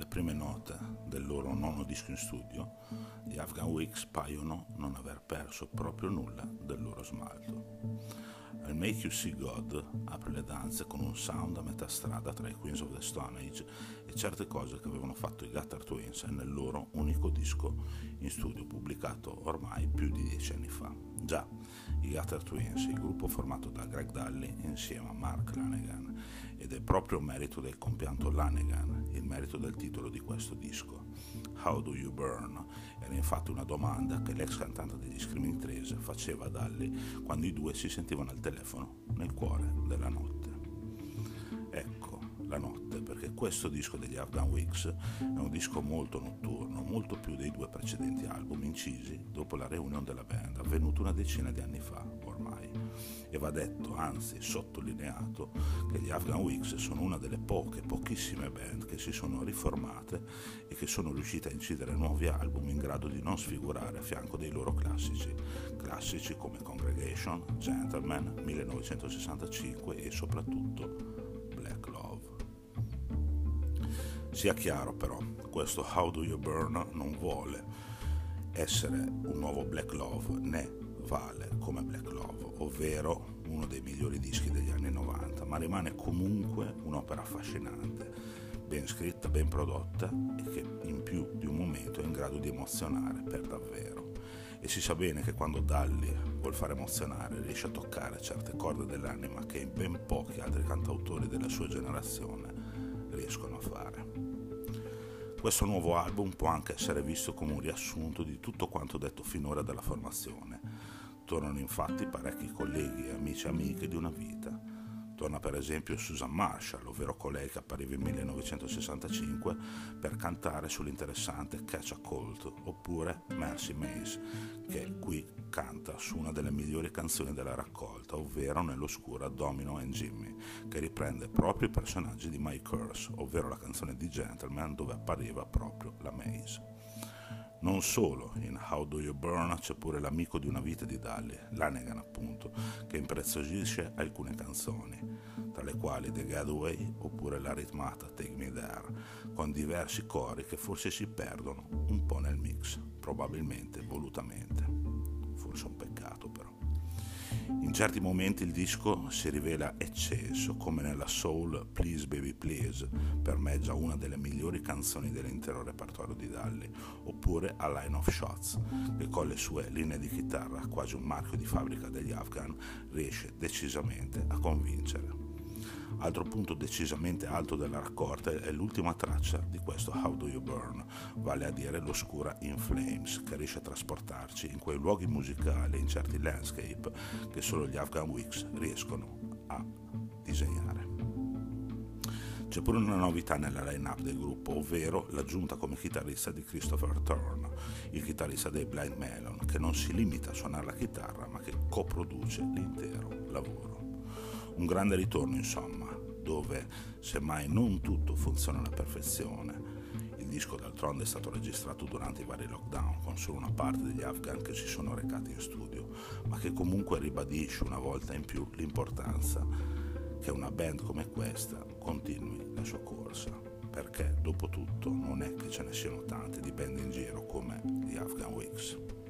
dalle prime note del loro nono disco in studio, gli Afghan Wigs paiono non aver perso proprio nulla del loro smalto. I'll Make You See God apre le danze con un sound a metà strada tra i Queens of the Stone Age e certe cose che avevano fatto i Gutter Twins nel loro unico disco in studio pubblicato ormai più di 10 anni fa. Già, i Gutter Twins, il gruppo formato da Greg Dulli insieme a Mark Lanegan, ed è proprio merito del compianto Lanegan il merito del titolo di questo disco. How Do You Burn era infatti una domanda che l'ex cantante degli Screaming Trees faceva a Dulli quando i due si sentivano al telefono nel cuore della notte. Ecco, la notte, perché questo disco degli Afghan Wigs è un disco molto notturno, molto più dei due precedenti album incisi dopo la reunion della band, avvenuta una decina di anni fa ormai. E va detto, anzi sottolineato, che gli Afghan Wigs sono una delle pochissime band che si sono riformate e che sono riuscite a incidere nuovi album in grado di non sfigurare a fianco dei loro classici come Congregation, Gentleman, 1965 e soprattutto Black Love. Sia chiaro però, questo How Do You Burn non vuole essere un nuovo Black Love, né vale come Black Love, ovvero uno dei migliori dischi degli anni 90, ma rimane comunque un'opera affascinante, ben scritta, ben prodotta e che in più di un momento è in grado di emozionare per davvero. E si sa bene che quando Dulli vuol fare emozionare riesce a toccare certe corde dell'anima che ben pochi altri cantautori della sua generazione riescono a fare. Questo nuovo album può anche essere visto come un riassunto di tutto quanto detto finora dalla formazione. Tornano infatti parecchi colleghi, amici e amiche di una vita. Torna per esempio Susan Marshall, ovvero colei che appariva in 1965 per cantare sull'interessante Catch a Cold, oppure Mercy Mays, che qui canta su una delle migliori canzoni della raccolta, ovvero nell'oscura Domino and Jimmy, che riprende proprio i personaggi di My Curse, ovvero la canzone di Gentleman dove appariva proprio la Mays. Non solo, in How Do You Burn c'è pure l'amico di una vita di Dulli, Lanegan appunto, che impreziosisce alcune canzoni, tra le quali The Getaway oppure la ritmata Take Me There, con diversi cori che forse si perdono un po' nel mix, probabilmente volutamente. Forse un peccato però. In certi momenti il disco si rivela ecceso, come nella soul Please Baby Please, per me già una delle migliori canzoni dell'intero repertorio di Dulli, oppure A Line of Shots, che con le sue linee di chitarra, quasi un marchio di fabbrica degli Afghan, riesce decisamente a convincere. Altro punto decisamente alto della raccolta è l'ultima traccia di questo How Do You Burn, vale a dire l'oscura In Flames, che riesce a trasportarci in quei luoghi musicali, in certi landscape che solo gli Afghan Wigs riescono a disegnare. C'è pure una novità nella line-up del gruppo, ovvero l'aggiunta come chitarrista di Christopher Thorne, il chitarrista dei Blind Melon, che non si limita a suonare la chitarra ma che coproduce l'intero lavoro. Un grande ritorno insomma, dove semmai non tutto funziona alla perfezione. Il disco d'altronde è stato registrato durante i vari lockdown con solo una parte degli Afghan che si sono recati in studio, ma che comunque ribadisce una volta in più l'importanza che una band come questa continui la sua corsa, perché dopo tutto non è che ce ne siano tante di band in giro come gli Afghan Wigs.